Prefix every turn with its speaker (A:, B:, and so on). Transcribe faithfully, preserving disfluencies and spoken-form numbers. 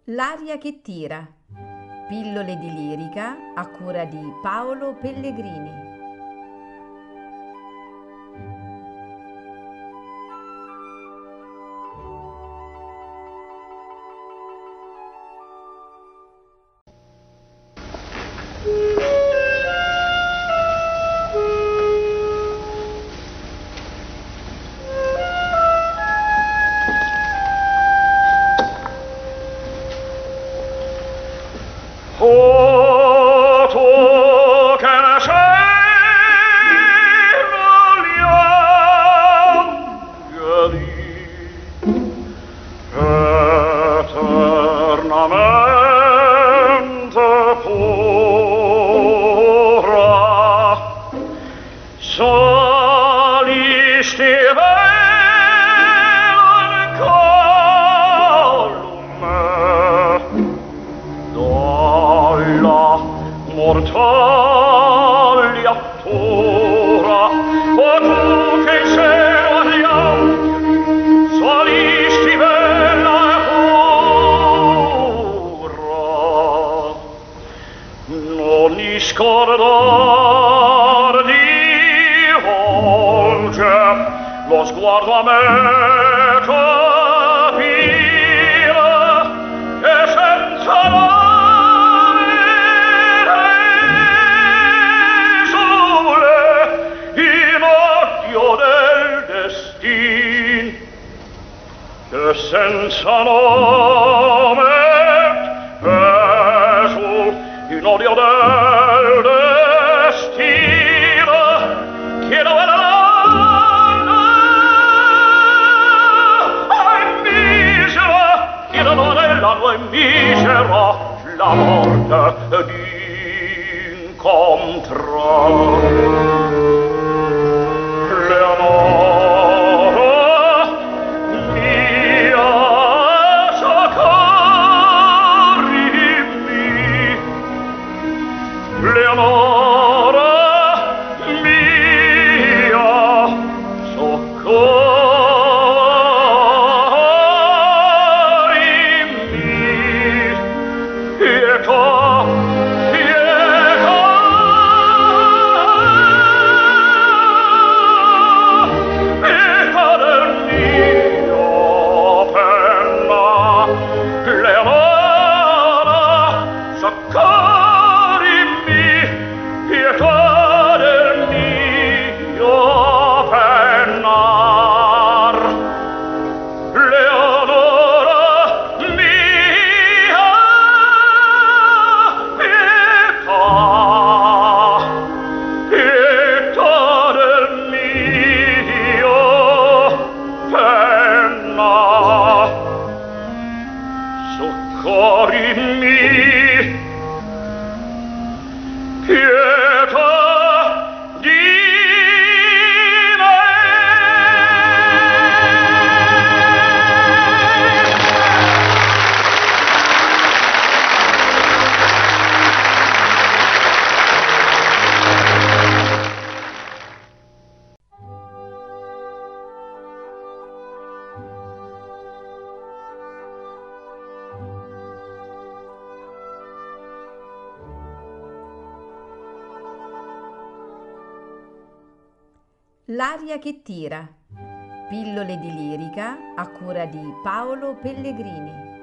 A: L'aria che tira. Pillole di lirica a cura di Paolo Pellegrini.
B: Oh, tu che ne sei gli angeli, eternamente pura, solisti velo in columne, dalla mortagliatura, o tu che in cielo agli angeli solisti bella e pura, non discordar di volge lo sguardo a me capire, e senza che senza nome Gesù in odio del destino chiedo e l'anno è misera chiedono nell'anno è misera la morte d'incontrare
A: L'aria che tira. Pillole di lirica a cura di Paolo Pellegrini.